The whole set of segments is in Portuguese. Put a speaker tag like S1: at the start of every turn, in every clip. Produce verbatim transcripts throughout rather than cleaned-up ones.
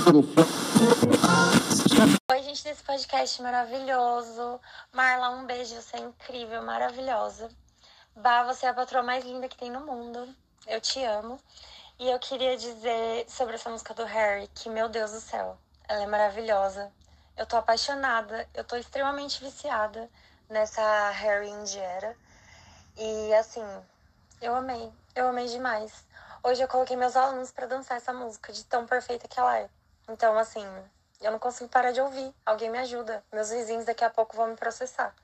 S1: Oi, gente, desse podcast maravilhoso. Marla, um beijo, você é incrível, maravilhosa. Bah, você é a patroa mais linda que tem no mundo. Eu te amo. E eu queria dizer sobre essa música do Harry, que, meu Deus do céu, ela é maravilhosa. Eu tô apaixonada, eu tô extremamente viciada nessa Harry Indiera. E, assim, eu amei, eu amei demais. Hoje eu coloquei meus alunos pra dançar essa música, de tão perfeita que ela é. Então, assim, eu não consigo parar de ouvir. Alguém me ajuda. Meus vizinhos daqui a pouco vão me processar.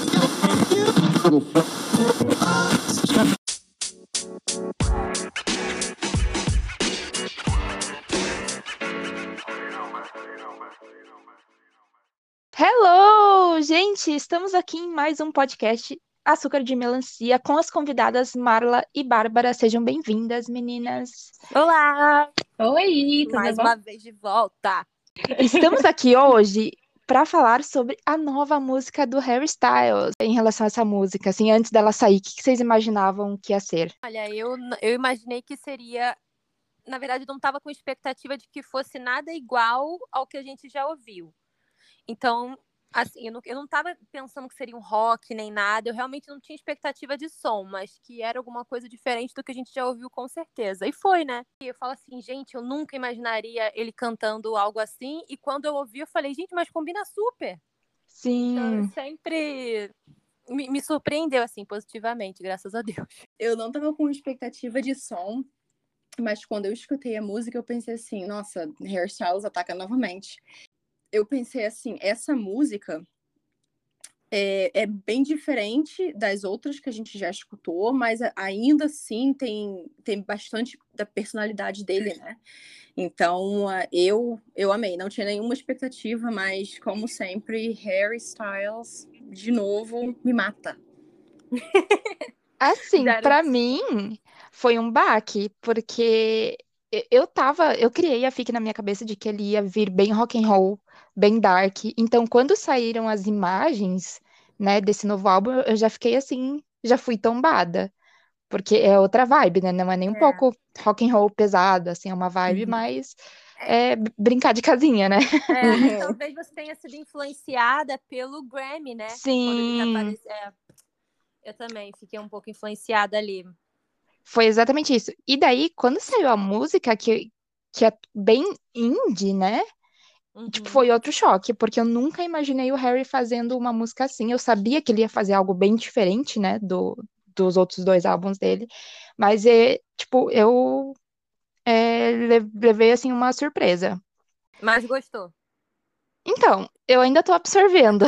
S2: Hello, gente! Estamos aqui em mais um podcast Açúcar de Melancia com as convidadas Marla e Bárbara. Sejam bem-vindas, meninas.
S3: Olá!
S4: Oi, tudo
S3: Mais
S4: bom?
S3: uma vez de volta.
S2: Estamos aqui hoje para falar sobre a nova música do Harry Styles. Em relação a essa música, assim, antes dela sair, o que vocês imaginavam que ia ser?
S3: Olha, eu, eu imaginei que seria... Na verdade, eu não estava com expectativa de que fosse nada igual ao que a gente já ouviu. Então, assim, eu não, eu não tava pensando que seria um rock nem nada. Eu realmente não tinha expectativa de som, mas que era alguma coisa diferente do que a gente já ouviu com certeza. E foi, né? E eu falo assim, gente, eu nunca imaginaria ele cantando algo assim. E quando eu ouvi, eu falei, gente, mas combina super. Então, eu
S2: Sim.
S3: sempre... Me, me surpreendeu, assim, positivamente, graças a Deus.
S4: Eu não tava com expectativa de som, mas quando eu escutei a música, eu pensei assim, nossa, Hairstyles ataca novamente. Eu pensei assim, essa música é, é bem diferente das outras que a gente já escutou, mas ainda assim tem, tem bastante da personalidade dele, né? Então, eu, eu amei. Não tinha nenhuma expectativa, mas, como sempre, Harry Styles, de novo, me mata.
S2: Assim,
S3: Zero.
S2: pra mim foi um baque, porque e- eu tava, eu criei a fic na minha cabeça de que ele ia vir bem rock and roll, bem dark. Então, quando saíram as imagens, né, desse novo álbum, eu já fiquei assim, já fui tombada, porque é outra vibe, né? Não é nem um
S3: É.
S2: pouco rock and roll pesado, assim, é uma vibe
S4: Uhum.
S2: mais é, b- brincar de casinha, né?
S3: É, e
S4: Uhum.
S3: talvez você tenha sido influenciada pelo Grammy, né? Quando eles
S2: Sim,
S3: apareceram. É, eu também fiquei um pouco influenciada ali.
S2: foi exatamente isso. E daí, quando saiu a música, que, que é bem indie, né? Tipo,
S3: Uhum.
S2: foi outro choque, porque eu nunca imaginei o Harry fazendo uma música assim. Eu sabia que ele ia fazer algo bem diferente, né, do, dos outros dois álbuns dele, mas é, tipo, eu é, le- levei assim uma surpresa.
S3: Mas gostou?
S2: Então, eu ainda tô absorvendo.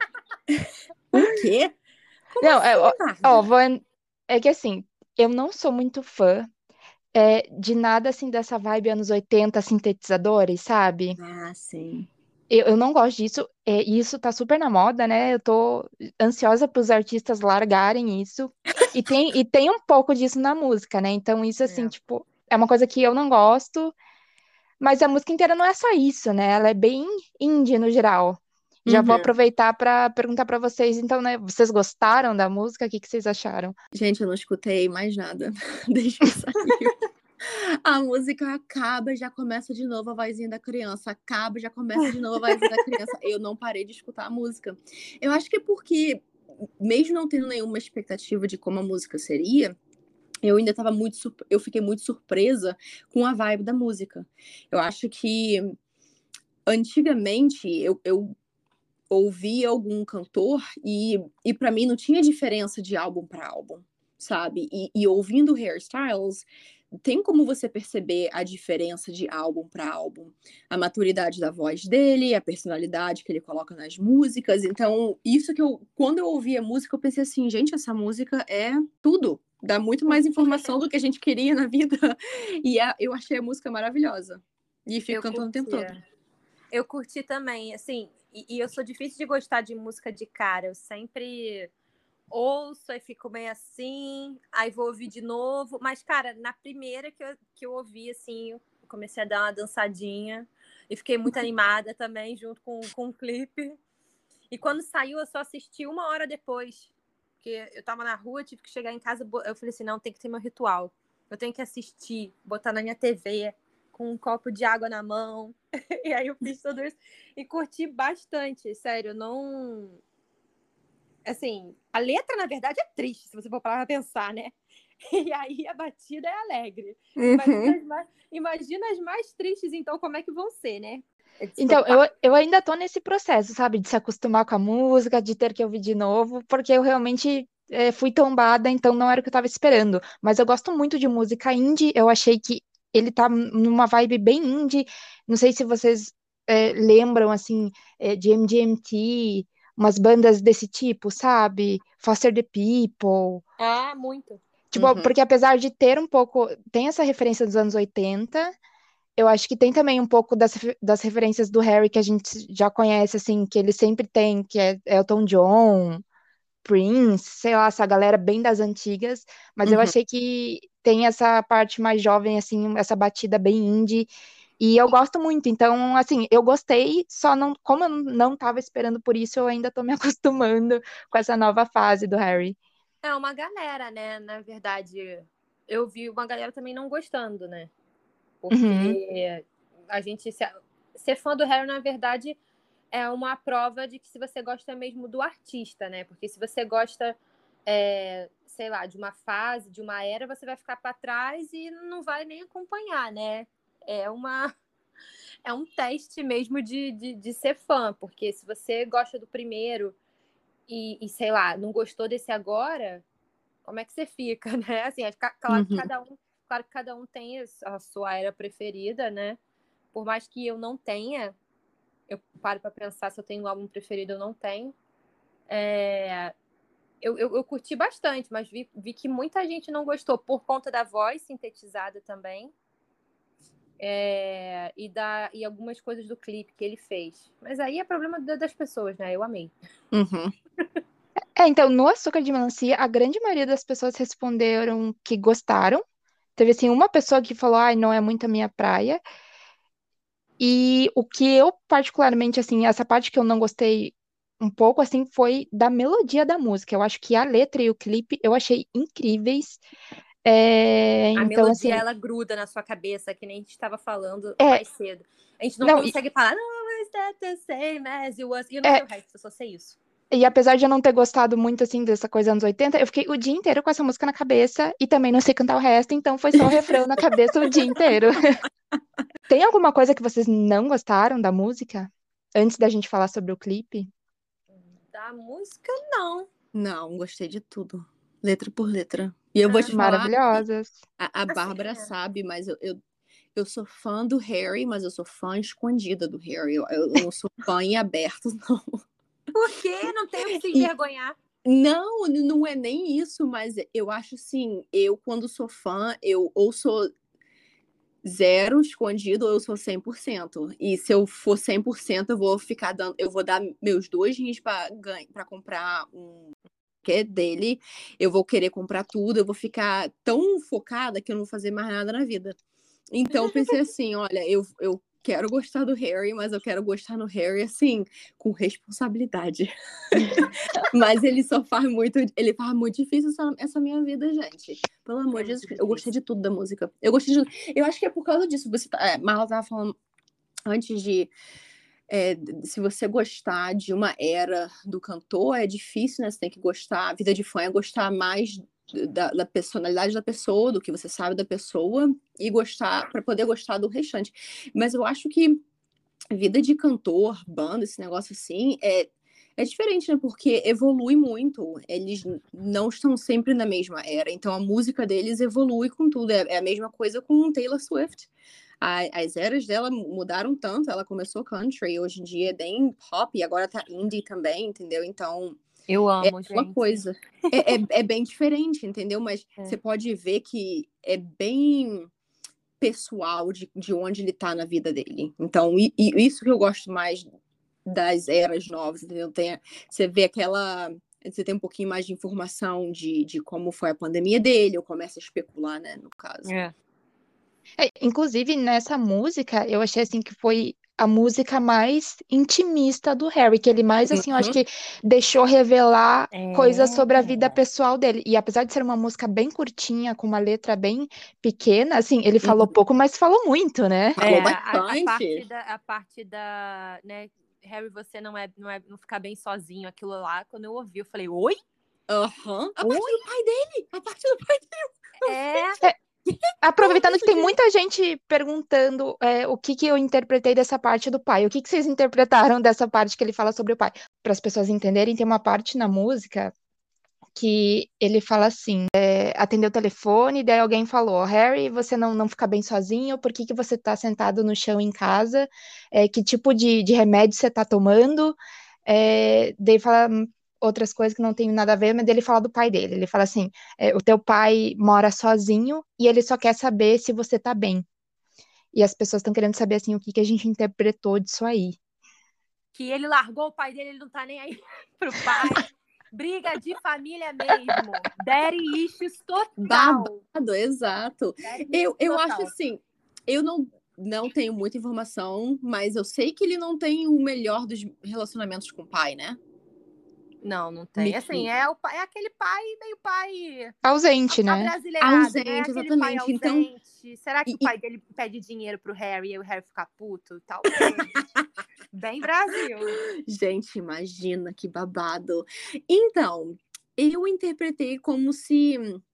S4: O quê? Como
S2: Não, é, ó,
S4: assim,
S2: ó,
S4: Bárbara?
S2: vou, é que assim, eu não sou muito fã é, de nada assim dessa vibe anos oitenta sintetizadores, sabe?
S4: Ah, sim.
S2: Eu, eu não gosto disso, é, e isso tá super na moda, né? Eu tô ansiosa para os artistas largarem isso. E tem, e tem um pouco disso na música, né? Então, isso, assim,
S3: É.
S2: tipo, é uma coisa que eu não gosto, mas a música inteira não é só isso, né? Ela é bem indie no geral. Já vou
S4: Uhum.
S2: aproveitar para perguntar para vocês, então, né? Vocês gostaram da música? O que que vocês acharam?
S4: Gente, eu não escutei mais nada desde que saiu. A música acaba e já começa de novo a vozinha da criança. Acaba e já começa de novo a vozinha da criança. Eu não parei de escutar a música. Eu acho que é porque, mesmo não tendo nenhuma expectativa de como a música seria, eu ainda estava muito surp- eu fiquei muito surpresa com a vibe da música. Eu acho que antigamente eu, eu ouvia algum cantor e, e para mim não tinha diferença de álbum para álbum, sabe? E, e ouvindo Hairstyles, tem como você perceber a diferença de álbum para álbum, a maturidade da voz dele, a personalidade que ele coloca nas músicas. Então, isso que eu, quando eu ouvi a música, eu pensei assim, gente, essa música é tudo. Dá muito mais informação do que a gente queria na vida. E a- eu achei a música maravilhosa. E fico
S3: Eu
S4: cantando o tempo
S3: curti.
S4: todo.
S3: é. Eu curti também, assim, e, e eu sou difícil de gostar de música de cara. Eu sempre ouço, aí fico meio assim, aí vou ouvir de novo. Mas, cara, na primeira que eu, que eu ouvi, assim, eu comecei a dar uma dançadinha e fiquei muito animada também, junto com, com o clipe. E quando saiu, eu só assisti uma hora depois, porque eu tava na rua, tive que chegar em casa, eu falei assim, não, tem que ter meu ritual. Eu tenho que assistir, botar na minha T V, com um copo de água na mão. E aí eu fiz tudo isso e curti bastante, sério, não... Assim, a letra, na verdade, é triste, se você for parar pra pensar, né? E aí a batida é alegre. Imagina,
S4: Uhum.
S3: as mais, imagina as mais tristes, então, como é que vão ser, né? É
S2: Então, eu,
S3: despreocupado.
S2: eu ainda tô nesse processo, sabe, de se acostumar com a música, de ter que ouvir de novo, porque eu realmente eh, fui tombada, então não era o que eu tava esperando. Mas eu gosto muito de música indie, eu achei que ele tá numa vibe bem indie. Não sei se vocês eh, lembram, assim, eh, de M G M T, umas bandas desse tipo, sabe? Foster the People.
S3: Ah, muito.
S2: Tipo,
S4: Uhum.
S2: porque apesar de ter um pouco, tem essa referência dos anos oitenta. Eu acho que tem também um pouco das, refe- das referências do Harry que a gente já conhece, assim, que ele sempre tem, que é Elton John, Prince, sei lá, essa galera bem das antigas, mas eu
S4: Uhum.
S2: achei que tem essa parte mais jovem, assim, essa batida bem indie, e eu gosto muito, então, assim, eu gostei, só não, como eu não tava esperando por isso, eu ainda tô me acostumando com essa nova fase do Harry.
S3: É uma galera, né? Na verdade, eu vi uma galera também não gostando, né?
S2: Uhum,
S3: Porque a gente... Se, ser fã do Harry, na verdade, é uma prova de que se você gosta mesmo do artista, né? Porque se você gosta, é, sei lá, de uma fase, de uma era, você vai ficar para trás e não vai nem acompanhar, né? É uma... É um teste mesmo de, de, de ser fã, porque se você gosta do primeiro e, e, sei lá, não gostou desse agora, como é que você fica, né? Assim, é ca- claro que
S4: Uhum.
S3: cada um, claro que cada um tem a sua era preferida, né? Por mais que eu não tenha, eu paro para pensar se eu tenho um álbum preferido ou não tenho. É, eu, eu, eu curti bastante, mas vi, vi que muita gente não gostou por conta da voz sintetizada também. É, e, da, e algumas coisas do clipe que ele fez. Mas aí é problema da- das pessoas, né? Eu amei.
S4: Uhum.
S2: É, então, no Açúcar de Melancia, a grande maioria das pessoas responderam que gostaram. Teve, assim, uma pessoa que falou, ai, não é muito a minha praia. E o que eu, particularmente, assim, essa parte que eu não gostei um pouco, assim, foi da melodia da música. Eu acho que a letra e o clipe eu achei incríveis. É,
S3: A
S2: então,
S3: melodia,
S2: assim,
S3: ela gruda na sua cabeça, que nem a gente estava falando
S2: é,
S3: mais cedo. A gente não
S2: não, e,
S3: consegue falar, no, is that the same as you was? E eu não sei
S2: é,
S3: o resto, eu só sei isso.
S2: e apesar de eu não ter gostado muito, assim, dessa coisa anos oitenta, eu fiquei o dia inteiro com essa música na cabeça e também não sei cantar o resto, então foi só o refrão na cabeça o dia inteiro. Tem alguma coisa que vocês não gostaram da música? Antes da gente falar sobre o clipe?
S3: Da música, não.
S4: Não, gostei de tudo. Letra por letra. E eu vou te
S3: Ah,
S4: falar que
S2: Maravilhosas.
S4: a, a
S3: assim,
S4: Bárbara
S3: é.
S4: sabe, mas eu, eu, eu sou fã do Harry, mas eu sou fã escondida do Harry. Eu, eu não sou fã em aberto, não.
S3: Por quê? Não tenho que se
S4: E
S3: envergonhar.
S4: não, não é nem isso, mas eu acho assim, eu quando sou fã, eu ou sou zero escondido ou eu sou cem por cento. E se eu for cem por cento, eu vou ficar dando, eu vou dar meus dois rins para para comprar um que é dele, eu vou querer comprar tudo, eu vou ficar tão focada que eu não vou fazer mais nada na vida. Então eu pensei assim, olha, eu, eu quero gostar do Harry, mas eu quero gostar no Harry assim, com responsabilidade. Mas ele só faz muito, ele faz muito difícil essa, essa minha vida, gente. Pelo amor
S3: É
S4: de
S3: muito
S4: Jesus, eu gostei de
S3: difícil.
S4: tudo da música. Eu gostei de, eu acho que é por causa disso. Você, tá- é, Marla tava falando antes de é, se você gostar de uma era do cantor, é difícil, né? Você tem que gostar. A vida de fã é gostar mais da, da personalidade da pessoa, do que você sabe da pessoa, e gostar, para poder gostar do restante. Mas eu acho que vida de cantor, banda, esse negócio assim, é, é diferente, né? Porque evolui muito. Eles não estão sempre na mesma era. Então a música deles evolui com tudo. É, é a mesma coisa com Taylor Swift. A- as eras dela mudaram tanto. Ela começou country, hoje em dia é bem pop, e agora tá indie também, entendeu? Então
S3: Eu
S4: é
S3: amo,
S4: uma
S3: gente.
S4: coisa. É, é, é bem diferente, entendeu? Mas
S3: É.
S4: você pode ver que é bem pessoal de, de onde ele tá na vida dele. Então, e, e isso que eu gosto mais das eras novas, entendeu? Tem, você vê aquela. Você tem um pouquinho mais de informação de, de como foi a pandemia dele, ou começa a especular, né, no caso.
S3: É.
S2: É, inclusive, nessa música, eu achei assim que foi a música mais intimista do Harry, que ele mais, assim, eu acho
S4: Uhum.
S2: que deixou revelar coisas sobre a vida
S3: É.
S2: pessoal dele. E apesar de ser uma música bem curtinha, com uma letra bem pequena, assim, ele falou
S4: Uhum.
S2: pouco, mas falou muito, né?
S4: Falou
S3: É, a, a
S4: bastante.
S3: parte da, a parte da, né, Harry, você não é, não é, não ficar bem sozinho, aquilo lá, quando eu ouvi, eu falei, oi?
S4: Aham. A parte
S3: Oi?
S4: do pai dele. A parte do pai dele.
S3: É,
S2: Aproveitando
S4: isso
S2: que tem
S4: direto.
S2: muita gente perguntando é, o que, que eu interpretei dessa parte do pai. O que, que vocês interpretaram dessa parte que ele fala sobre o pai? Para as pessoas entenderem, tem uma parte na música que ele fala assim, é, atendeu o telefone, daí alguém falou, Harry, você não, não fica bem sozinho, por que, que você tá sentado no chão em casa? É, que tipo de, de remédio você tá tomando? É, daí fala outras coisas que não tem nada a ver, mas daí ele fala do pai dele. Ele fala assim, é, o teu pai mora sozinho e ele só quer saber se você tá bem. E as pessoas estão querendo saber, assim, o que, que a gente interpretou disso aí.
S3: que ele largou o pai dele, ele não tá nem aí pro pai. Briga de família mesmo. Daddy issues total.
S4: Babado, exato.
S3: Daddy
S4: Eu,
S3: issues
S4: eu
S3: total.
S4: acho assim, eu não, não tenho muita informação, mas eu sei que ele não tem o melhor dos relacionamentos com o pai, né?
S3: Não, não tem.
S4: Me-
S3: Assim, é, o, pai- é aquele pai meio pai
S2: Ausente, né?
S3: abrasileirado, né?
S4: Ausente,
S3: Aquele pai
S4: exatamente. Então,
S3: ausente. Será que
S4: e-
S3: o
S4: e-
S3: pai dele pede dinheiro pro Harry e o Harry fica puto? Talvez. Bem Brasil.
S4: gente, imagina que babado. Então, eu interpretei como se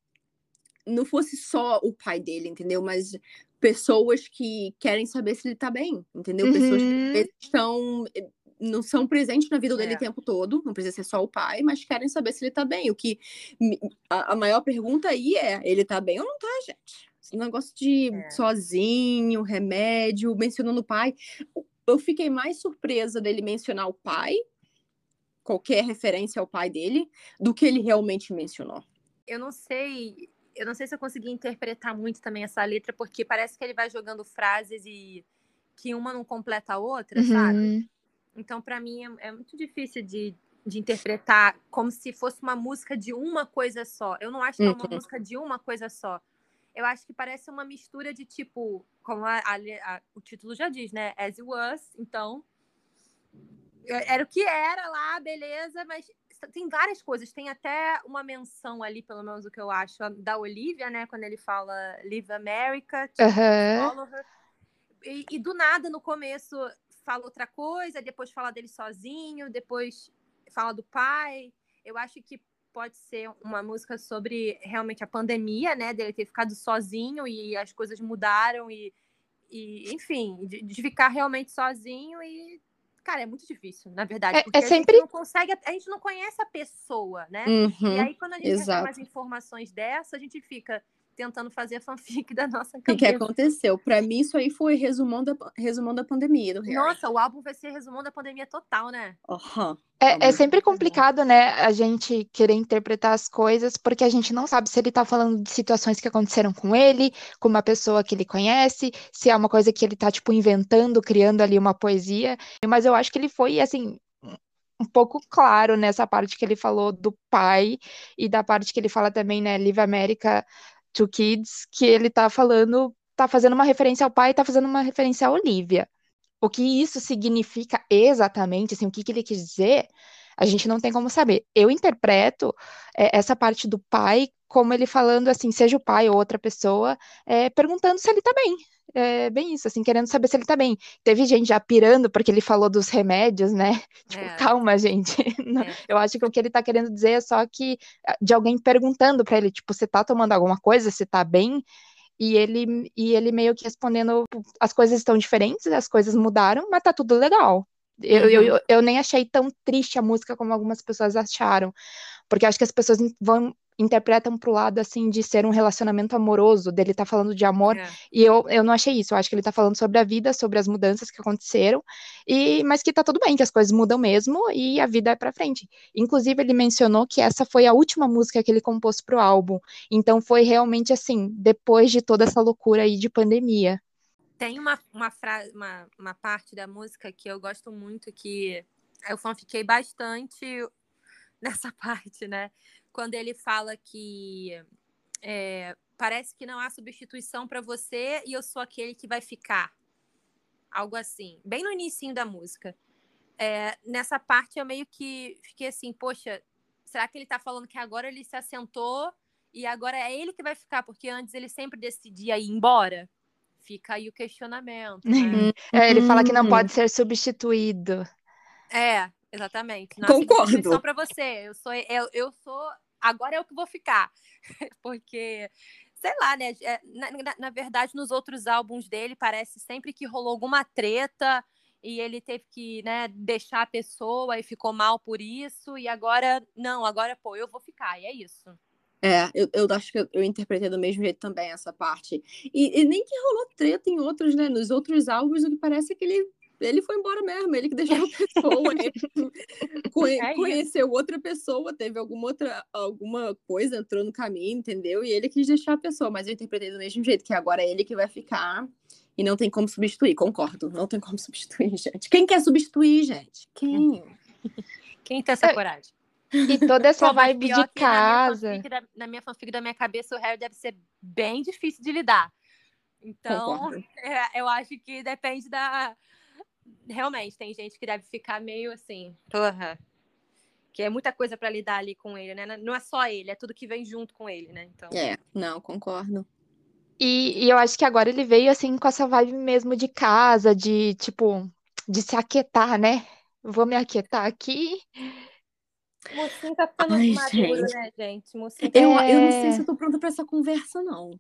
S4: não fosse só o pai dele, entendeu? Mas pessoas que querem saber se ele tá bem, entendeu? Pessoas que às
S2: Uhum.
S4: vezes estão não são presentes na vida dele
S3: É.
S4: o tempo todo, não precisa ser só o pai, mas querem saber se ele tá bem. O que me- a, a maior pergunta aí é, ele tá bem ou não tá, gente? Esse negócio de
S3: É.
S4: sozinho, remédio, mencionando o pai. Eu fiquei mais surpresa dele mencionar o pai, qualquer referência ao pai dele, do que ele realmente mencionou.
S3: Eu não sei, eu não sei se eu consegui interpretar muito também essa letra, porque parece que ele vai jogando frases e que uma não completa a outra, sabe?
S2: Uhum.
S3: Então, pra mim, é, é muito difícil de, de interpretar como se fosse uma música de uma coisa só. Eu não acho que é uma
S4: Uhum.
S3: música de uma coisa só. Eu acho que parece uma mistura de tipo, como a- a- a- o título já diz, né? As it was. Então, era o que era lá, beleza, mas tem várias coisas. Tem até uma menção ali, pelo menos o que eu acho, da Olivia, né? Quando ele fala Live America, tipo,
S2: Aham.
S3: follow her. E, e do nada, no começo, fala outra coisa, depois fala dele sozinho, depois fala do pai. Eu acho que pode ser uma música sobre realmente a pandemia, né? Dele ter ficado sozinho e as coisas mudaram e, e enfim, de, de ficar realmente sozinho e... Cara, é muito difícil, na verdade,
S2: É,
S3: porque
S2: é
S3: a gente
S2: sempre.
S3: não consegue, a gente não conhece a pessoa, né? E
S4: Uhum.
S3: aí, quando a gente recebe
S4: Exato.
S3: umas informações dessa, a gente fica tentando fazer a fanfic da nossa
S4: O que, que
S3: cabeça.
S4: aconteceu? Pra mim, isso aí foi resumão da, resumão da pandemia do Harry.
S3: Nossa, o álbum vai ser resumão da pandemia total, né?
S4: Aham.
S2: É, é
S4: Vamos
S2: sempre
S4: ver.
S2: complicado, né, a gente querer interpretar as coisas, porque a gente não sabe se ele tá falando de situações que aconteceram com ele, com uma pessoa que ele conhece, se é uma coisa que ele tá, tipo, inventando, criando ali uma poesia. Mas eu acho que ele foi, assim, um um pouco claro nessa parte que ele falou do pai e da parte que ele fala também, né, Live America to Kids, que ele tá falando, tá fazendo uma referência ao pai e tá fazendo uma referência à Olivia. O que isso significa exatamente, assim, o que, que ele quis dizer, a gente não tem como saber. Eu interpreto é, essa parte do pai como ele falando assim, seja o pai ou outra pessoa, é, perguntando se ele tá bem. É bem isso, assim, querendo saber se ele tá bem. Teve gente já pirando porque ele falou dos remédios, né? Tipo,
S3: É,
S2: calma, gente. Não,
S3: é.
S2: eu acho que o que ele tá querendo dizer é só que de alguém perguntando pra ele, tipo, você tá tomando alguma coisa? Você tá bem? E ele, e ele meio que respondendo, as coisas estão diferentes, as coisas mudaram, mas tá tudo legal. Eu,
S4: Uhum.
S2: eu, eu nem achei tão triste a música como algumas pessoas acharam, porque acho que as pessoas vão interpretam pro lado, assim, de ser um relacionamento amoroso, dele tá falando de amor,
S3: É.
S2: e eu, eu não achei isso, eu acho que ele tá falando sobre a vida, sobre as mudanças que aconteceram, e mas que tá tudo bem, que as coisas mudam mesmo, e a vida é pra frente. Inclusive, ele mencionou que essa foi a última música que ele compôs pro álbum, então foi realmente, assim, depois de toda essa loucura aí de pandemia.
S3: Tem uma, uma, fra... uma, uma parte da música que eu gosto muito, que eu fanfiquei bastante nessa parte, né? Quando ele fala que é, parece que não há substituição para você e eu sou aquele que vai ficar. algo assim, bem no inicinho da música. É, nessa parte eu meio que fiquei assim, poxa, será que ele tá falando que agora ele se assentou e agora é ele que vai ficar, porque antes ele sempre decidia ir embora? Fica aí o questionamento, né?
S2: É, ele fala que não
S4: Hum,
S2: pode ser substituído.
S3: É, exatamente. Não é
S4: Concordo.
S3: substituição pra você. Eu sou, eu, eu sou, agora é o que vou ficar. Porque, sei lá, né? é, Na, na, na verdade, nos outros álbuns dele, parece sempre que rolou alguma treta e ele teve que, né, deixar a pessoa e ficou mal por isso. E agora, não, agora, pô, eu vou ficar. E é isso.
S4: É, eu, eu acho que eu, eu interpretei do mesmo jeito também essa parte. E, e nem que rolou treta em outros, né? Nos outros álbuns, o que parece é que ele, ele foi embora mesmo, ele que deixou a pessoa, ele conhe-
S3: É isso.
S4: conheceu outra pessoa, teve alguma outra alguma coisa, entrou no caminho, entendeu? E ele quis deixar a pessoa, mas eu interpretei do mesmo jeito, que agora é ele que vai ficar e não tem como substituir, concordo, não tem como substituir, gente. Quem quer substituir, gente? Quem?
S3: Quem tem essa
S2: É,
S3: coragem?
S2: E toda essa
S3: Pô, mas
S2: vibe de
S3: pior que na minha,
S2: casa.
S3: fanfic da, na minha fanfic da minha cabeça, o Harry deve ser bem difícil de lidar. Então,
S4: Concordo.
S3: é, eu acho que depende da. Realmente, tem gente que deve ficar meio assim, porra. Que é muita coisa pra lidar ali com ele, né? Não é só ele, é tudo que vem junto com ele, né? Então.
S4: É, não, concordo.
S2: E, e eu acho que agora ele veio assim com essa vibe mesmo de casa, de tipo, de se aquietar, né? Vou me aquietar aqui.
S3: Mocinho tá ficando
S4: Ai,
S3: maduro,
S4: gente.
S3: né, gente? Mocinho
S4: Eu, eu não sei
S2: É...
S4: se eu tô pronta pra essa conversa, não.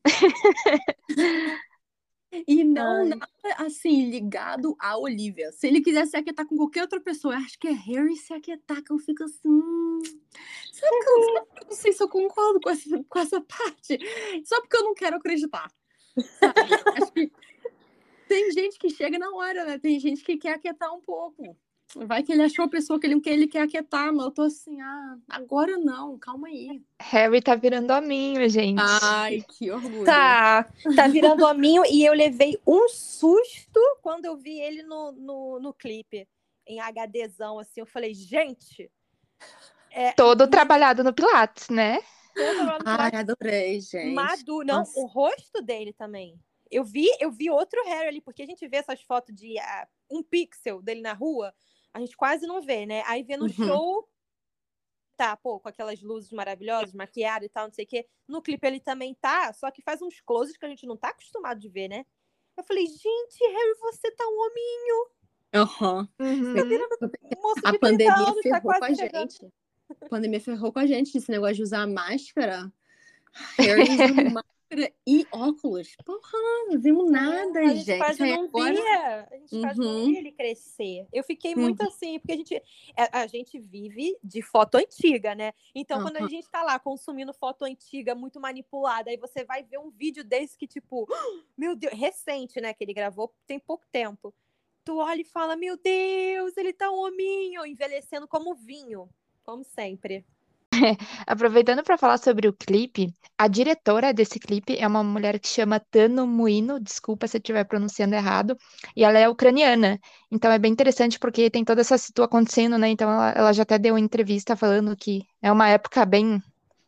S4: E não
S3: Ai.
S4: nada assim, ligado a Olivia. Se ele quiser se aquietar com qualquer outra pessoa, eu acho que é Harry se aquietar, que eu fico assim. hum, Sabe que eu, sabe que eu não sei se eu concordo com essa, com essa parte? Só porque eu não quero acreditar. Sabe? Eu acho que tem gente que chega na hora, né? Tem gente que quer aquietar um pouco. Vai que ele achou a pessoa que ele, que ele quer aquietar, mas eu tô assim, ah, agora não, calma aí.
S2: Harry tá virando hominho, gente.
S4: Ai, que orgulho.
S3: Tá, tá virando hominho e eu levei um susto quando eu vi ele no, no, no clipe, em HDzão, assim. Eu falei, gente, é
S2: Todo trabalhado no Pilates, né?
S3: todo trabalho no
S4: Ai,
S3: Pilates
S4: adorei, gente.
S3: maduro. Não,
S4: Nossa.
S3: o rosto dele também. Eu vi, eu vi outro Harry ali, porque a gente vê essas fotos de ah, um pixel dele na rua, a gente quase não vê, né? Aí vê no
S4: Uhum.
S3: show, tá, pô, com aquelas luzes maravilhosas, maquiado e tal, não sei o quê. No clipe ele também tá, só que faz uns closes que a gente não tá acostumado de ver, né? Eu falei, gente, Harry, você tá um homem,
S4: Aham.
S2: Uhum.
S3: moço
S4: A
S3: de trinta
S4: pandemia
S3: anos, tá
S4: ferrou
S3: quase
S4: com a
S3: chegando.
S4: gente. A pandemia ferrou com a gente esse negócio de usar máscara. Harry usando máscara e óculos. Porra, não vimos nada,
S3: A gente
S4: gente.
S3: quase
S4: Aí
S3: não
S4: agora...
S3: via. A gente quase não
S4: Uhum.
S3: via ele crescer. Eu fiquei muito
S4: Uhum.
S3: assim, porque a gente, a, a gente vive de foto antiga, né? Então, quando a
S4: Aham.
S3: gente tá lá consumindo foto antiga, muito manipulada, aí você vai ver um vídeo desse que, tipo, meu Deus, recente, né? Que ele gravou tem pouco tempo. Tu olha e fala, meu Deus, ele tá um hominho, envelhecendo como vinho, como sempre.
S2: Aproveitando para falar sobre o clipe, a diretora desse clipe é uma mulher que chama Tano Muino, desculpa se eu estiver pronunciando errado, e ela é ucraniana. Então é bem interessante porque tem toda essa situação acontecendo, né? Então ela, ela já até deu uma entrevista falando que é uma época bem.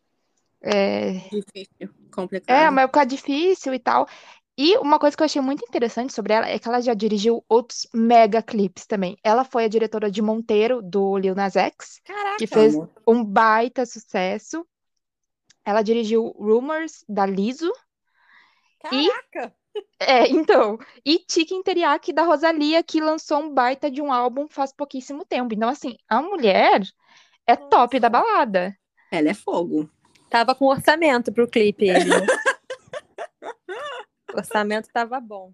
S2: É,
S4: Difícil,
S2: é
S4: complicado.
S2: uma época difícil e tal. E uma coisa que eu achei muito interessante sobre ela é que ela já dirigiu outros mega clipes também. Ela foi a diretora de Monteiro, do Lil Nas X, que
S3: Caraca,
S2: fez
S4: Amo.
S2: um baita sucesso. Ela dirigiu Rumors, da Lizzo. E,
S3: caraca.
S2: é, então, e Chicken Teriyaki, da Rosalía, que lançou um baita de um álbum faz pouquíssimo tempo. Então, assim, a mulher é top da
S3: Nossa.
S2: balada.
S4: Ela é fogo.
S3: Tava com orçamento pro clipe ele, né? O orçamento tava bom.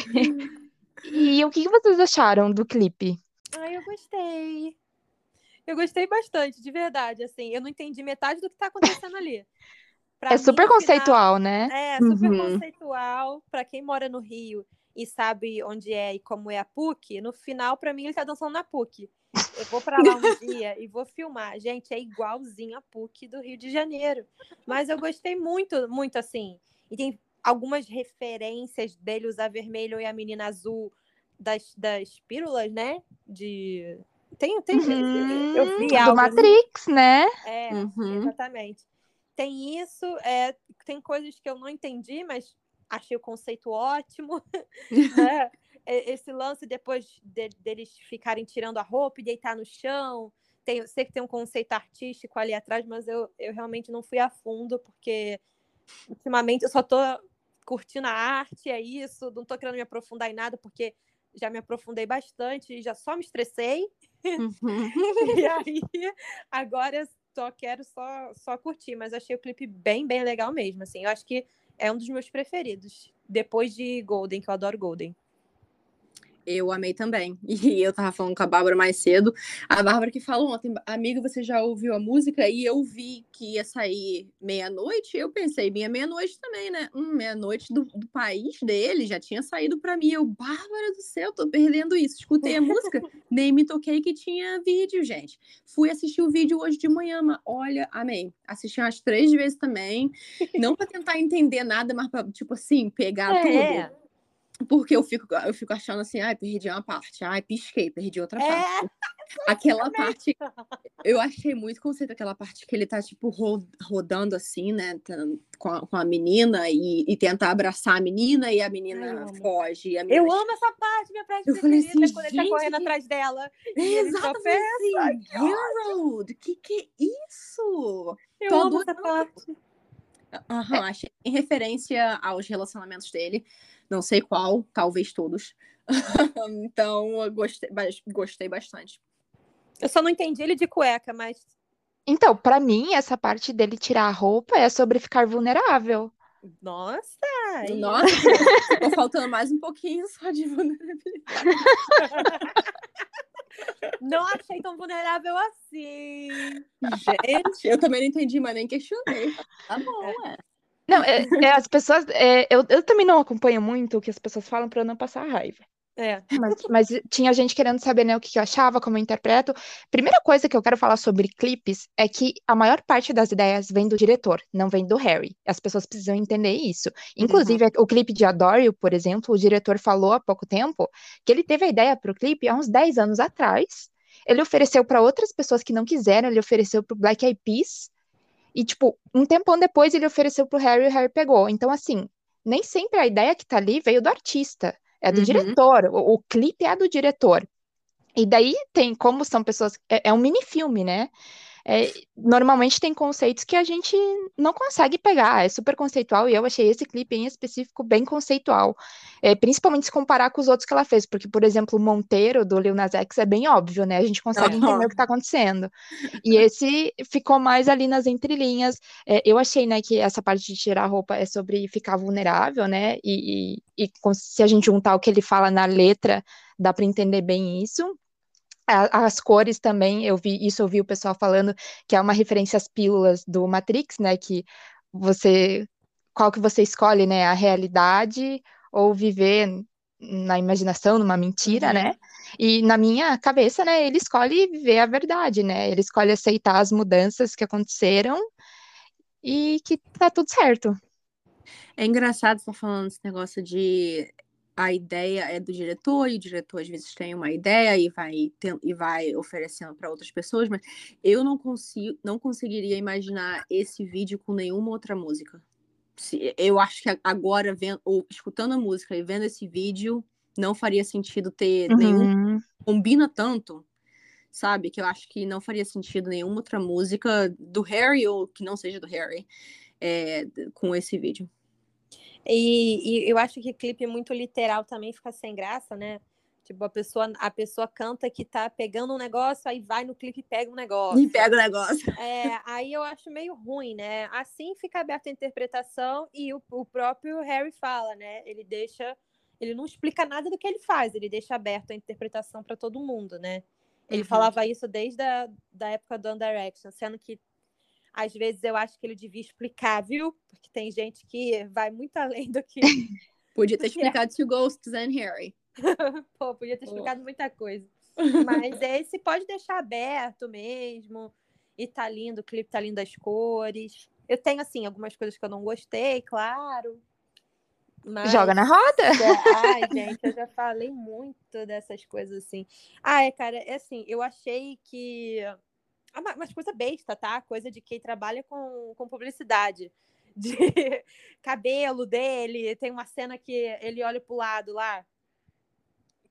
S2: E o que que vocês acharam do clipe?
S3: Ai, eu gostei. Eu gostei bastante, de verdade, assim. Eu não entendi metade do que tá acontecendo ali. Pra
S2: É
S3: mim,
S2: super
S3: no final,
S2: conceitual, né?
S3: é super
S4: Uhum.
S3: conceitual. Pra quem mora no Rio e sabe onde é e como é a PUC, no final, pra mim, ele tá dançando na PUC. Eu vou pra lá um dia e vou filmar. Gente, é igualzinho a PUC do Rio de Janeiro. Mas eu gostei muito, muito assim. E tem algumas referências dele usar vermelho e a menina azul das, das pílulas, né? De... Tem, tem... Eu vi
S2: Uhum, do
S3: algo assim.
S2: Matrix, né?
S3: É,
S4: Uhum.
S3: exatamente. Tem isso, é, tem coisas que eu não entendi, mas achei o conceito ótimo, né? esse lance depois de, deles ficarem tirando a roupa e deitar no chão. Tem, sei que tem um conceito artístico ali atrás, mas eu, eu realmente não fui a fundo, porque ultimamente eu só tô curtindo a arte, é isso, não tô querendo me aprofundar em nada, porque já me aprofundei bastante e já só me estressei.
S4: Uhum.
S3: E aí, agora só quero só, só curtir, mas achei o clipe bem, bem legal mesmo, assim. Eu acho que é um dos meus preferidos, depois de Golden, que eu adoro Golden.
S4: Eu amei também. E eu tava falando com a Bárbara mais cedo. A Bárbara que falou ontem, amiga, você já ouviu a música? E eu vi que ia sair meia-noite. Eu pensei, minha meia-noite também, né? Hum, meia-noite do, do país dele já tinha saído pra mim. Eu, Bárbara do céu, tô perdendo isso. Escutei a música, nem me toquei que tinha vídeo, gente. Fui assistir o vídeo hoje de manhã, mas olha, amei. Assisti umas três vezes também. Não pra tentar entender nada, mas pra, tipo assim, pegar
S3: É.
S4: tudo. Porque eu fico, eu fico achando assim, ai, perdi uma parte, ai, pisquei, perdi outra
S3: É.
S4: parte. Aquela parte, eu achei muito conceito, aquela parte que ele tá, tipo, ro- rodando assim, né, tá com a, com a menina e, e tenta abraçar a menina e a
S3: Ai, eu
S4: menina
S3: amo.
S4: foge. E a menina...
S3: Eu amo essa parte, minha parte
S4: Eu falei
S3: preferida,
S4: assim,
S3: quando ele tá
S4: gente,
S3: correndo
S4: que-
S3: atrás dela
S4: É,
S3: e ele
S4: exato, eu
S3: tropeça.
S4: falei assim, Harold, que que é isso?
S3: Eu
S4: Tô
S3: amo essa
S4: adorando.
S3: parte.
S4: Aham, achei em referência aos relacionamentos dele. Não sei qual, talvez todos. Então, eu gostei, bas- gostei bastante.
S3: Eu só não entendi ele de cueca, mas
S2: Então, pra mim, essa parte dele tirar a roupa é sobre ficar vulnerável.
S3: nossa, aí.
S4: Nossa, ficou, ficou faltando mais um pouquinho só de vulnerabilidade.
S3: Não achei tão vulnerável assim.
S4: Gente, eu também não entendi, mas nem questionei. Tá bom, é.
S2: Não, é, é, as pessoas. é, eu, eu também não acompanho muito o que as pessoas falam pra eu não passar raiva.
S3: É.
S2: Mas, mas tinha gente querendo saber, né, o que que eu achava, como eu interpreto. Primeira coisa que eu quero falar sobre clipes é que a maior parte das ideias vem do diretor, não vem do Harry. As pessoas precisam entender isso. Inclusive, o clipe de Adore You, por exemplo, o diretor falou há pouco tempo que ele teve a ideia para o clipe há uns dez anos atrás. Ele ofereceu para outras pessoas que não quiseram, ele ofereceu para o Black Eyed Peas. E, tipo, um tempão depois ele ofereceu pro Harry e o Harry pegou. Então, assim, nem sempre a ideia que tá ali veio do artista, é do
S4: Uhum.
S2: diretor. O, o clipe é do diretor. E daí tem, como são pessoas. É, é um mini-filme, né? É, normalmente tem conceitos que a gente não consegue pegar, é super conceitual, e eu achei esse clipe em específico bem conceitual, é, principalmente se comparar com os outros que ela fez, porque, por exemplo, o Monteiro, do Lil Nas X, é bem óbvio, né? A gente consegue
S4: Aham.
S2: entender o que tá acontecendo. E esse ficou mais ali nas entrelinhas. É, eu achei, né, que essa parte de tirar a roupa é sobre ficar vulnerável, né? E, e, e com- se a gente juntar o que ele fala na letra, dá para entender bem isso. A- As cores também, eu vi isso, eu vi o pessoal falando que é uma referência às pílulas do Matrix, né? Que você, qual que você escolhe, né? A realidade ou viver na imaginação, numa mentira, né?
S4: Uhum.
S2: E na minha cabeça, né? Ele escolhe viver a verdade, né? Ele escolhe aceitar as mudanças que aconteceram e que tá tudo certo.
S4: É engraçado você estar falando esse negócio de a ideia é do diretor, e o diretor às vezes tem uma ideia e vai, ten- e vai oferecendo para outras pessoas, mas eu não consigo, não conseguiria imaginar esse vídeo com nenhuma outra música. Se- Eu acho que agora, vendo, ou escutando a música e vendo esse vídeo, não faria sentido ter nenhum.
S2: Uhum.
S4: Combina tanto, sabe? Que eu acho que não faria sentido nenhuma outra música do Harry ou que não seja do Harry é, com esse vídeo.
S3: E, e eu acho que clipe muito literal também fica sem graça, né? Tipo, a pessoa, a pessoa canta que tá pegando um negócio, aí vai no clipe e pega um negócio.
S4: E pega o negócio.
S3: É, aí eu acho meio ruim, né? Assim fica aberta a interpretação e o, o próprio Harry fala, né? Ele deixa, ele não explica nada do que ele faz, ele deixa aberto a interpretação para todo mundo, né? Ele
S4: Uhum.
S3: falava isso desde a da época do One Direction, sendo que às vezes eu acho que ele devia explicar, viu? Porque tem gente que vai muito além do que.
S4: Podia ter
S3: do que é.
S4: explicado to Ghosts and Harry.
S3: Pô, podia ter
S4: Pô.
S3: explicado muita coisa. Mas esse pode deixar aberto mesmo. E tá lindo, o clipe tá lindo as cores. Eu tenho, assim, algumas coisas que eu não gostei, claro. Mas...
S2: Joga na roda.
S3: É, ai, gente, eu já falei muito dessas coisas, assim. Ai, cara, é assim, eu achei que... Ah, mas mas coisa besta, tá? Coisa de quem trabalha com, com publicidade. De cabelo dele, tem uma cena que ele olha pro lado lá.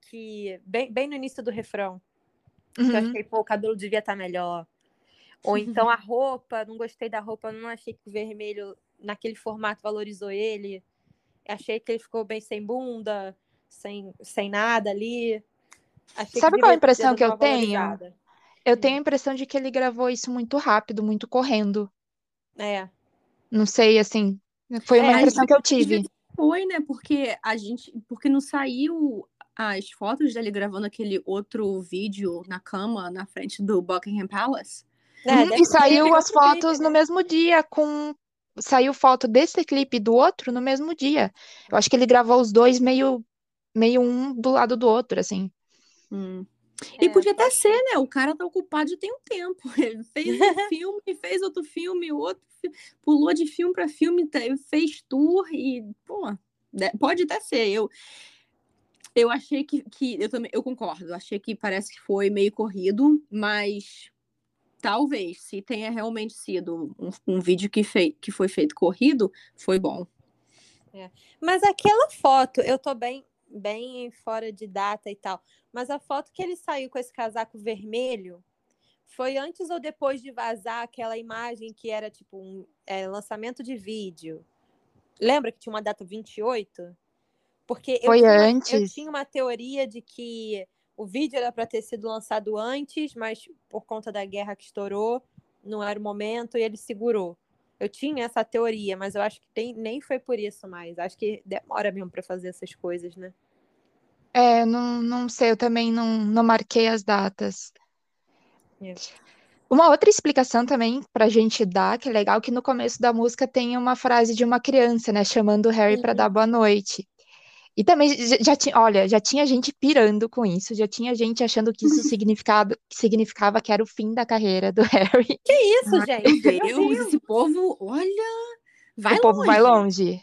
S3: que... Bem, bem no início do refrão. Que eu
S2: Uhum.
S3: achei, pô, o cabelo devia estar melhor. Ou então a roupa, não gostei da roupa, não achei que o vermelho, naquele formato, valorizou ele. Achei que ele ficou bem sem bunda, sem, sem nada ali. Achei que
S2: Sabe qual a
S3: devia ter
S2: impressão
S3: dado
S2: que eu
S3: uma
S2: tenho?
S3: valorizada.
S2: Eu tenho a impressão de que ele gravou isso muito rápido, muito correndo.
S3: É.
S2: Não sei, assim, foi uma
S3: É,
S4: Às
S2: impressão
S4: vezes,
S2: que eu
S4: às vezes
S2: tive.
S4: foi, né? Porque a gente. Porque não saiu as fotos dele gravando aquele outro vídeo na cama, na frente do Buckingham Palace.
S3: É,
S2: Uhum,
S3: deve
S2: E
S3: ter
S2: saiu as
S3: outro clipe,
S2: fotos no
S3: né?
S2: mesmo dia, com. Saiu foto desse clipe e do outro no mesmo dia. Eu acho que ele gravou os dois meio, meio um do lado do outro, assim.
S4: Hum. E
S3: É,
S4: podia até
S3: pode
S4: ser,
S3: ser.
S4: né? O cara tá ocupado já tem um tempo. Ele fez um filme, fez outro filme, outro fi- pulou de filme pra filme, tá- fez tour e, pô, né, pode até ser. Eu, eu achei que, que eu também, eu concordo. Achei que parece que foi meio corrido, mas talvez, se tenha realmente sido um, um vídeo que, fei, que foi feito corrido, foi bom.
S3: Mas aquela foto, eu tô bem, bem fora de data e tal, mas a foto que ele saiu com esse casaco vermelho foi antes ou depois de vazar aquela imagem que era tipo um é, lançamento de vídeo? Lembra que tinha uma data vinte e oito? Porque eu
S2: Foi
S3: tinha, uma, eu
S2: antes.
S3: tinha uma teoria de que o vídeo era para ter sido lançado antes, mas por conta da guerra que estourou, não era o momento e ele segurou. Eu tinha essa teoria, mas eu acho que tem, nem foi por isso mais. Acho que demora mesmo para fazer essas coisas, né?
S2: É, não, não sei, eu também não, não marquei as datas.
S3: É.
S2: Uma outra explicação também pra gente dar, que é legal, que no começo da música tem uma frase de uma criança, né, chamando o Harry pra dar boa noite. E também já, já tinha, olha, já tinha gente pirando com isso, já tinha gente achando que isso significava, significava que era o fim da carreira do Harry.
S3: Que isso,
S4: Ai, meu
S3: gente? Meu
S4: Deus,
S3: Deus!
S4: esse povo, olha,
S2: O
S4: vai
S2: povo vai
S4: longe.
S2: longe.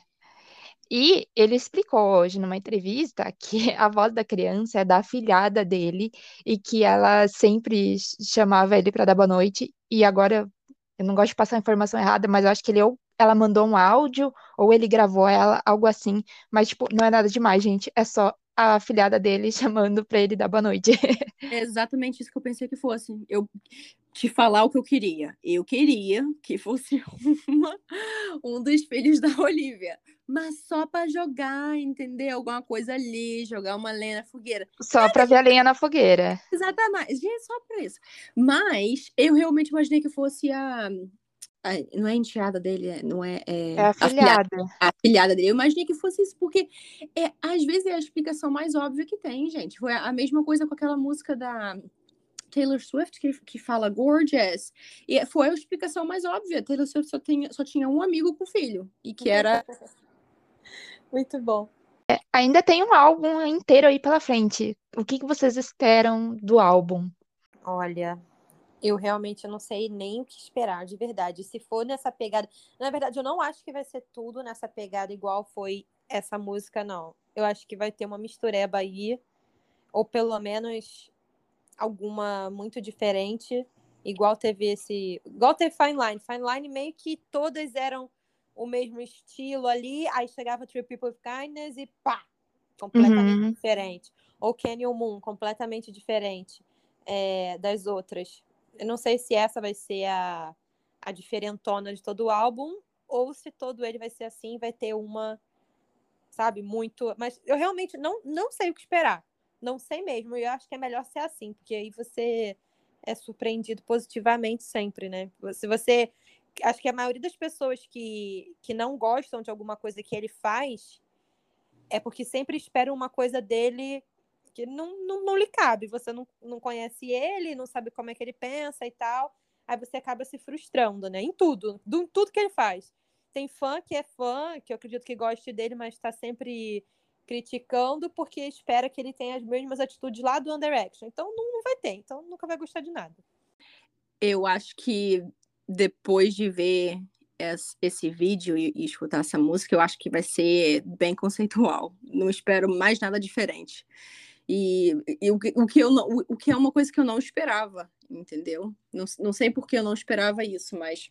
S2: E ele explicou hoje numa entrevista que a voz da criança é da afilhada dele e que ela sempre chamava ele para dar boa noite. E agora, eu não gosto de passar a informação errada, mas eu acho que ele ou ela mandou um áudio ou ele gravou ela, algo assim. Mas, tipo, não é nada demais, gente. É só a afilhada dele chamando para ele dar boa noite.
S4: É exatamente isso que eu pensei que fosse. Eu te falar o que eu queria. Eu queria que fosse uma, um dos filhos da Olivia. Mas só pra jogar, entendeu? Alguma coisa ali, jogar uma lenha na fogueira.
S2: Só pra ver a lenha na fogueira.
S4: Exatamente. Gente, só pra isso. Mas eu realmente imaginei que fosse a. a- não é a enteada dele, é- não é, é
S2: É a
S4: a filhada,
S2: afilhada.
S4: a filhada dele. Eu imaginei que fosse isso, porque é, às vezes é a explicação mais óbvia que tem, gente. Foi a mesma coisa com aquela música da Taylor Swift que, que fala Gorgeous. E foi a explicação mais óbvia. Taylor Swift só, tem, só tinha um amigo com filho. E que era.
S3: Muito bom.
S2: Ainda tem um álbum inteiro aí pela frente. O que que vocês esperam do álbum?
S3: Olha, eu realmente não sei nem o que esperar, de verdade. Se for nessa pegada. Na verdade, eu não acho que vai ser tudo nessa pegada igual foi essa música, não. Eu acho que vai ter uma mistureba aí, ou pelo menos alguma muito diferente. Igual teve esse. Igual teve Fine Line. Fine Line meio que todas eram o mesmo estilo ali. Aí chegava Three People with Kindness e pá! Completamente
S2: Uhum.
S3: diferente. Ou Canyon Moon, completamente diferente é, das outras. Eu não sei se essa vai ser a, a diferentona de todo o álbum, ou se todo ele vai ser assim, vai ter uma, sabe, muito. Mas eu realmente não, não sei o que esperar. Não sei mesmo. E eu acho que é melhor ser assim, porque aí você é surpreendido positivamente sempre, né? Se você. Acho que a maioria das pessoas que, que não gostam de alguma coisa que ele faz é porque sempre esperam uma coisa dele que não, não, não lhe cabe. Você não, não conhece ele, não sabe como é que ele pensa e tal. Aí você acaba se frustrando, né? Em tudo, em tudo que ele faz. Tem fã que é fã, que eu acredito que goste dele, mas está sempre criticando porque espera que ele tenha as mesmas atitudes lá do One Direction. Então não, não vai ter, então nunca vai gostar de nada.
S4: Eu acho que depois de ver esse, esse vídeo e, e escutar essa música, eu acho que vai ser bem conceitual. Não espero mais nada diferente. E, e o, o, que eu não, o, o que é uma coisa que eu não esperava, entendeu? Não, não sei por que eu não esperava isso, mas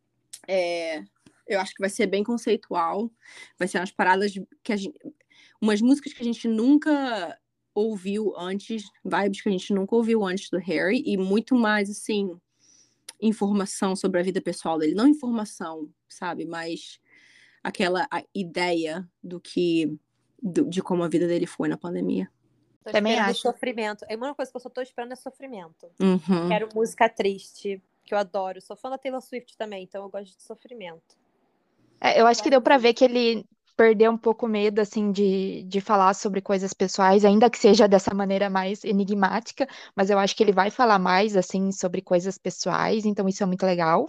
S4: é, eu acho que vai ser bem conceitual. Vai ser umas paradas que a gente, umas músicas que a gente nunca ouviu antes, vibes que a gente nunca ouviu antes do Harry, e muito mais, assim, informação sobre a vida pessoal dele. Não informação, sabe? Mas aquela a ideia do que... do- de como a vida dele foi na pandemia.
S3: Tô
S2: Também
S3: esperando
S2: acho.
S3: sofrimento. A única coisa que eu só tô esperando é sofrimento.
S4: Uhum.
S3: Quero música triste, que eu adoro. Sou fã da Taylor Swift também, então eu gosto de sofrimento.
S2: É, eu acho que
S3: Quero
S2: deu pra ver
S3: música.
S2: que ele perdeu um pouco o medo, assim, de, de falar sobre coisas pessoais, ainda que seja dessa maneira mais enigmática, mas eu acho que ele vai falar mais, assim, sobre coisas pessoais, então isso é muito legal.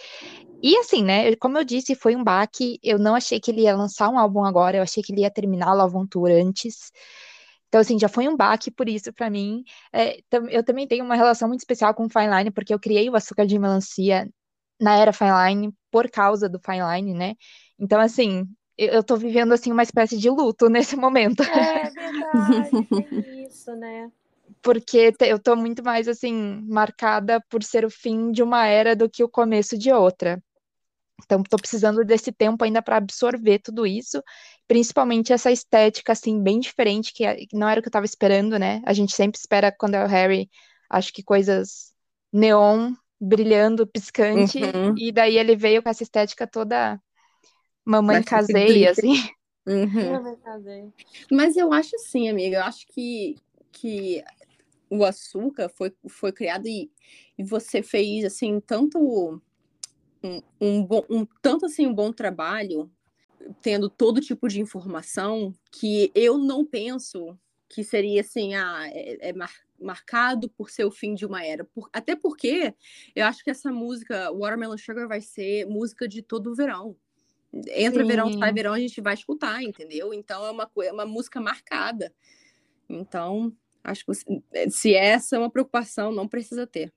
S2: E assim, né, como eu disse, foi um baque, eu não achei que ele ia lançar um álbum agora, eu achei que ele ia terminar Love on Tour antes. Então, assim, já foi um baque por isso pra mim. É, tam- eu também tenho uma relação muito especial com o Fine Line, porque eu criei o açúcar de melancia na era Fine Line por causa do Fine Line, né? Então, assim, eu, eu tô vivendo, assim, uma espécie de luto nesse momento,
S3: É verdade, tem isso, né?
S2: porque te- eu tô muito mais, assim, marcada por ser o fim de uma era do que o começo de outra. Então, tô precisando desse tempo ainda para absorver tudo isso, principalmente essa estética, assim, bem diferente, que é- que não era o que eu tava esperando, né? A gente sempre espera, quando é o Harry, acho que coisas neon, brilhando, piscante,
S4: Uhum.
S2: e daí ele veio com essa estética toda mamãe
S4: Bastante
S2: casei,
S4: glitter.
S2: assim.
S4: Uhum.
S3: Eu me casei.
S4: Mas eu acho assim, amiga, eu acho que, que o açúcar foi, foi criado e, e você fez, assim, tanto um, um, bom, um tanto assim um bom trabalho, tendo todo tipo de informação, que eu não penso que seria assim, ah, é, é mar, marcado por ser o fim de uma era. Por, até porque eu acho que essa música, Watermelon Sugar, vai ser música de todo o verão. Entra verão, sai
S2: Sim.
S4: verão, a gente vai escutar, entendeu? Então é uma, co- é uma música marcada. Então, acho que você- se essa é uma preocupação, não precisa ter.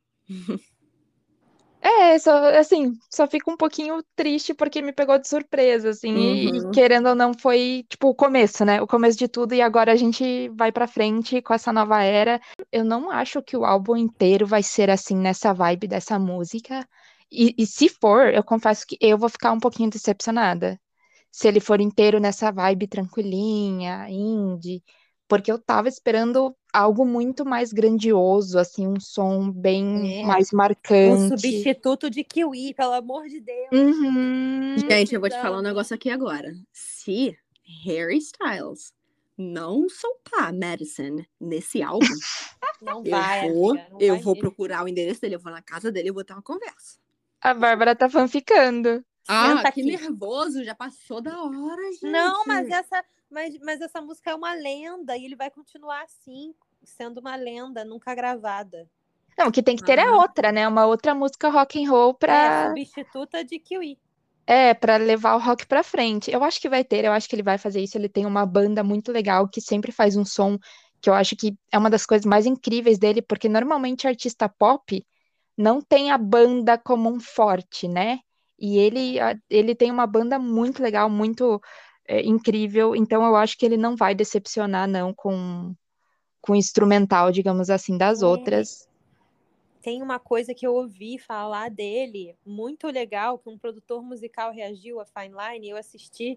S2: É, só, assim, só fico um pouquinho triste porque me pegou de surpresa, assim, e, e
S4: Uhum.
S2: querendo ou não foi, tipo, o começo, né? O começo de tudo, e agora a gente vai pra frente com essa nova era. Eu não acho que o álbum inteiro vai ser assim, nessa vibe dessa música. E, e se for, eu confesso que eu vou ficar um pouquinho decepcionada. Se ele for inteiro nessa vibe tranquilinha, indie, porque eu tava esperando algo muito mais grandioso, assim, um som bem
S3: É.
S2: mais
S3: Um
S2: marcante.
S3: substituto de kiwi, pelo amor de Deus.
S2: Uhum.
S4: Gente, eu vou te falar um
S3: Precisamos.
S4: negócio aqui agora. Se Harry Styles não soltar Madison nesse álbum,
S3: Não
S4: eu
S3: vai,
S4: vou,
S3: amiga. Não
S4: eu
S3: vai
S4: vou
S3: mesmo.
S4: procurar o endereço dele, eu vou na casa dele, eu vou ter uma conversa.
S2: A Bárbara tá fanficando.
S4: Ah,
S3: Senta
S4: que
S3: aqui.
S4: nervoso, já passou da hora,
S3: Não, mas
S4: gente.
S3: essa, mas, mas essa música é uma lenda e ele vai continuar assim, sendo uma lenda, nunca gravada.
S2: Não, o que tem que ter é
S4: Ah,
S2: outra, né? Uma outra música rock and roll
S3: É,
S2: pra,
S3: substituta de kiwi.
S2: é, para levar o rock pra frente. Eu acho que vai ter, eu acho que ele vai fazer isso. Ele tem uma banda muito legal que sempre faz um som que eu acho que é uma das coisas mais incríveis dele, porque normalmente artista pop não tem a banda como um forte, né? E ele, a- ele tem uma banda muito legal, muito é, incrível, então eu acho que ele não vai decepcionar, não, com, com o instrumental, digamos assim, das
S3: É,
S2: outras.
S3: tem uma coisa que eu ouvi falar dele, muito legal, que um produtor musical reagiu a Fine Line, eu assisti,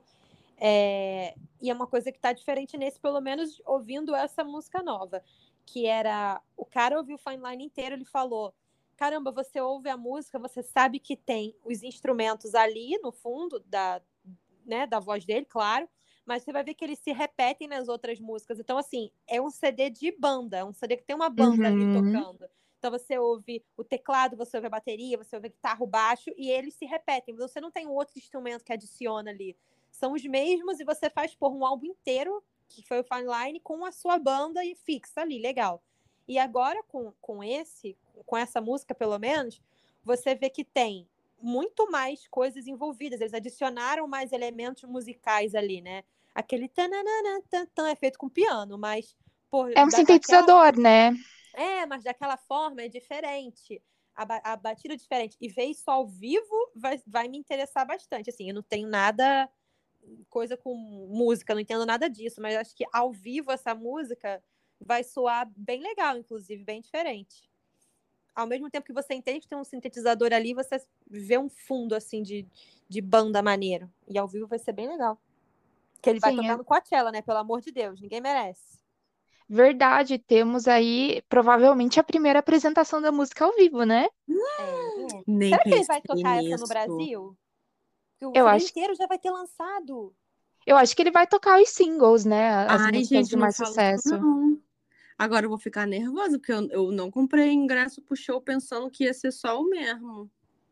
S3: é, e é uma coisa que tá diferente nesse, pelo menos ouvindo essa música nova, que era, o cara ouviu o Fine Line inteiro, ele falou, caramba, você ouve a música, você sabe que tem os instrumentos ali no fundo da, né, da voz dele, claro, mas você vai ver que eles se repetem nas outras músicas. Então, assim, é um C D de banda, é um C D que tem uma banda ali
S2: Uhum.
S3: tocando. Então você ouve o teclado, você ouve a bateria, você ouve a guitarra, o baixo, e eles se repetem. Você não tem um outro instrumento que adiciona ali. São os mesmos e você faz por um álbum inteiro, que foi o Fine Line, com a sua banda e fixa ali, legal. E agora, com, com esse, com essa música, pelo menos, você vê que tem muito mais coisas envolvidas. Eles adicionaram mais elementos musicais ali, né? Aquele tananana, tan, tan, é feito com piano, mas por,
S2: É um
S3: da, daquela
S2: sintetizador, né?
S3: é, mas daquela forma é diferente. A, ba- a batida é diferente. E ver isso ao vivo vai, vai me interessar bastante. Assim, eu não tenho nada, coisa com música, não entendo nada disso, mas acho que ao vivo essa música vai soar bem legal, inclusive, bem diferente. Ao mesmo tempo que você entende que tem um sintetizador ali, você vê um fundo, assim, de, de banda maneiro. E ao vivo vai ser bem legal. Que ele vai
S2: Sim,
S3: tocar
S2: é-
S3: no Coachella, né? Pelo amor de Deus, ninguém merece.
S2: Verdade, temos aí provavelmente a primeira apresentação da música ao vivo, né?
S3: É.
S4: Nem
S3: Será que ele
S4: pensei
S3: vai tocar essa no
S4: nisso.
S3: Brasil? Porque o
S2: Eu
S3: C D
S2: acho,
S3: inteiro já vai ter lançado.
S2: eu acho que ele vai tocar os singles, né? As
S4: Ai,
S2: músicas de
S4: gente, não
S2: mais
S4: fala isso
S2: sucesso.
S4: não. Agora eu vou ficar nervosa, porque eu, eu não comprei ingresso pro show pensando que ia ser só o mesmo.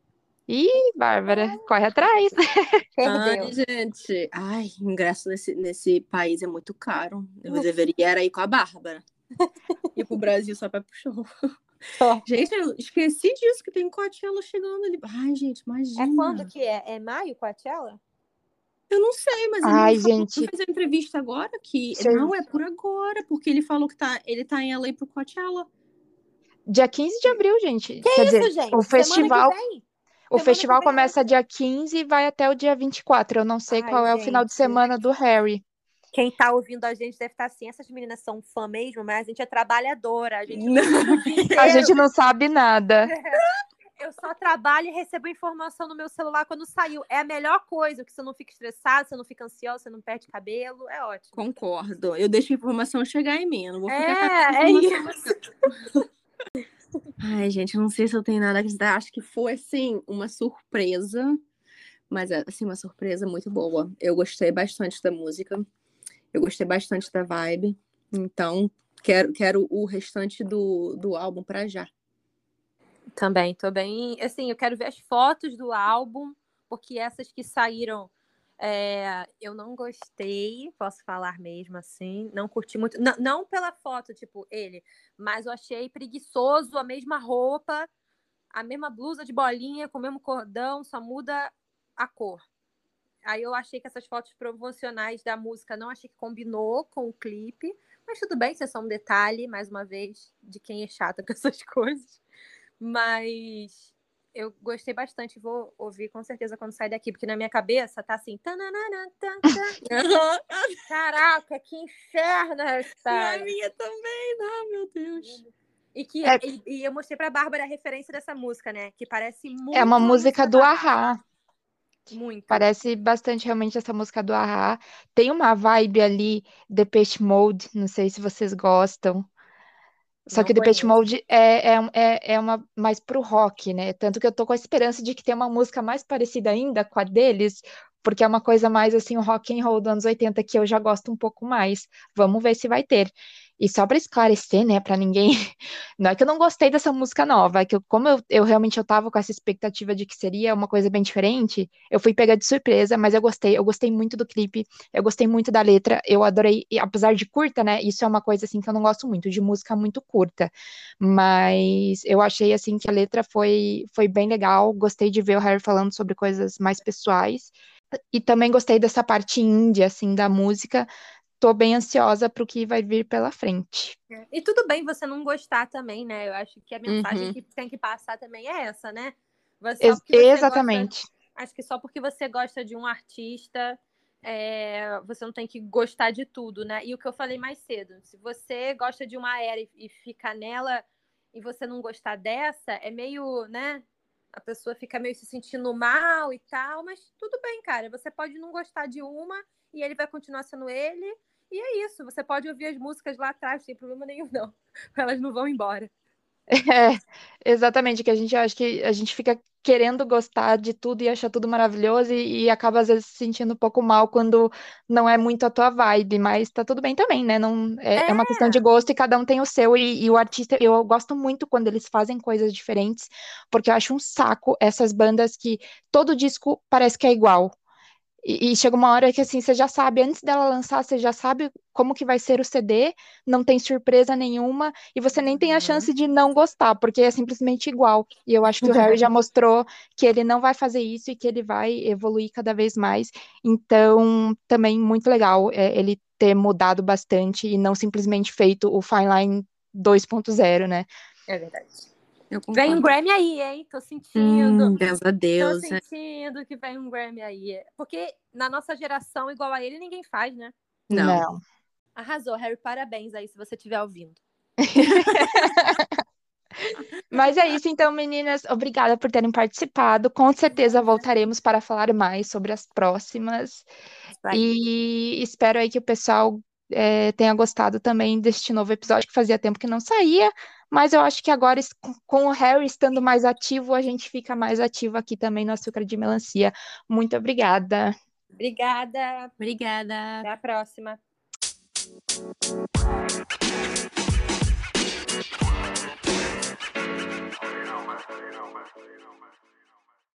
S2: Ih, Bárbara, corre atrás.
S4: Ai,
S3: Perdeu.
S4: gente. Ai, ingresso nesse, nesse país é muito caro. Eu deveria era ir com a Bárbara. Ir pro Brasil só pra ir pro show.
S3: Só.
S4: Gente, eu esqueci disso, que tem Coachella chegando ali. Ai, gente, imagina.
S3: É quando que é? É maio, Coachella?
S4: Eu não sei, mas ele
S2: Ai,
S4: me falou,
S2: gente,
S4: não fez a entrevista agora que
S2: ser-
S4: não é por agora, porque ele falou que tá, ele tá em L A pro Coachella.
S2: dia quinze de abril, gente. Quer dizer,
S3: Isso, gente.
S2: o
S3: Semana que
S2: festival,
S3: vem.
S2: o
S3: Semana que
S2: festival
S3: vem é
S2: começa
S3: outra.
S2: dia quinze e vai até o dia vinte e quatro. Eu não sei
S3: Ai,
S2: qual é o final de
S3: gente.
S2: semana do Harry.
S3: Quem tá ouvindo a gente deve estar assim, essas meninas são fã mesmo, mas a gente é trabalhadora. A gente
S4: Não.
S3: não o dia
S2: A
S3: inteiro.
S2: gente não sabe nada.
S3: Eu só trabalho e recebo informação no meu celular quando saiu. É a melhor coisa, que você não fica estressado, você não fica ansioso, você não perde cabelo. É ótimo.
S4: Concordo. Eu deixo a informação chegar em mim, eu não vou ficar
S3: É,
S4: catando
S3: é
S4: informação.
S3: isso.
S4: Ai, gente, eu não sei se eu tenho nada a acreditar. Acho que foi, assim, uma surpresa. Mas, assim, uma surpresa muito boa. Eu gostei bastante da música. Eu gostei bastante da vibe. Então, quero, quero o restante do, do álbum pra já.
S3: Também, tô bem. Assim, eu quero ver as fotos do álbum, porque essas que saíram, é, eu não gostei, posso falar mesmo assim. Não curti muito. Não, não pela foto, tipo, ele, mas eu achei preguiçoso a mesma roupa, a mesma blusa de bolinha, com o mesmo cordão, só muda a cor. Aí eu achei que essas fotos promocionais da música não achei que combinou com o clipe, mas tudo bem, isso é só um detalhe, mais uma vez, de quem é chata com essas coisas. Mas eu gostei bastante, vou ouvir com certeza quando sair daqui, porque na minha cabeça tá assim. Tananana, tan, tan. Caraca, que inferno,
S4: Na
S3: Hairstyle.
S4: minha também, não, meu Deus.
S3: E, que,
S2: É,
S3: e, e eu mostrei pra Bárbara a referência dessa música, né? Que parece muito
S2: é uma
S3: a
S2: música do
S3: da
S2: Ahá.
S3: Muito.
S2: Parece bastante realmente essa música do Ahá. Tem uma vibe ali, Depeche Mode, não sei se vocês gostam. Só
S3: Não
S2: que o Depeche
S3: conheço.
S2: Mode é, é, é, é uma mais pro rock, né? Tanto que eu tô com a esperança de que tenha uma música mais parecida ainda com a deles, porque é uma coisa mais assim, o rock and roll dos anos oitenta que eu já gosto um pouco mais. Vamos ver se vai ter. E só para esclarecer, né, para ninguém, não é que eu não gostei dessa música nova, é que eu- como eu, eu realmente eu tava com essa expectativa de que seria uma coisa bem diferente, eu fui pega de surpresa, mas eu gostei, eu gostei muito do clipe, eu gostei muito da letra, eu adorei, e apesar de curta, né, isso é uma coisa assim que eu não gosto muito, de música muito curta, mas eu achei assim que a letra foi, foi bem legal, gostei de ver o Harry falando sobre coisas mais pessoais, e também gostei dessa parte indie, assim, da música, tô bem ansiosa pro que vai vir pela frente.
S3: E tudo bem você não gostar também, né? Eu acho que a mensagem
S4: Uhum.
S3: que tem que passar também é essa, né? Você- Só
S2: Ex-
S3: porque você gosta.
S2: exatamente.
S3: Acho que só porque você gosta de um artista, é, você não tem que gostar de tudo, né? E o que eu falei mais cedo, se você gosta de uma era e, e fica nela e você não gostar dessa, é meio, né? A pessoa fica meio se sentindo mal e tal, mas tudo bem, cara. Você pode não gostar de uma e ele vai continuar sendo ele. E é isso, você pode ouvir as músicas lá atrás, não tem problema nenhum, não. Elas não vão embora.
S2: É, exatamente, que a gente acha que a gente fica querendo gostar de tudo e achar tudo maravilhoso e, e acaba às vezes se sentindo um pouco mal quando não é muito a tua vibe, mas tá tudo bem também, né? Não, é, é uma questão de
S3: É,
S2: gosto e cada um tem o seu e, e o artista, eu gosto muito quando eles fazem coisas diferentes, porque eu acho um saco essas bandas que todo disco parece que é igual. E, e chega uma hora que assim, você já sabe, antes dela lançar, você já sabe como que vai ser o C D, não tem surpresa nenhuma, e você nem tem a
S4: Uhum.
S2: chance de não gostar, porque é simplesmente igual. E eu acho que o Harry já mostrou que ele não vai fazer isso e que ele vai evoluir cada vez mais. Então, também muito legal é, ele ter mudado bastante e não simplesmente feito o Fine Line dois ponto zero, né?
S3: é verdade.
S4: Eu
S3: Vem um
S4: concordo.
S3: Grammy aí, hein? Tô sentindo.
S4: Hum, graças a
S3: Tô
S4: Deus. é.
S3: sentindo que vem um Grammy aí. Porque na nossa geração, igual a ele, ninguém faz, né?
S4: Não.
S2: Não.
S3: Arrasou, Harry. Parabéns aí, se você estiver ouvindo.
S2: Mas é isso, então, meninas. Obrigada por terem participado. Com certeza voltaremos para falar mais sobre as próximas.
S3: Isso aí.
S2: E espero aí que o pessoal é, tenha gostado também deste novo episódio, que fazia tempo que não saía, mas eu acho que agora, es- com com o Harry estando mais ativo, a gente fica mais ativo aqui também no Açúcar de Melancia. Muito obrigada.
S3: Obrigada.
S4: Obrigada.
S3: Até a próxima.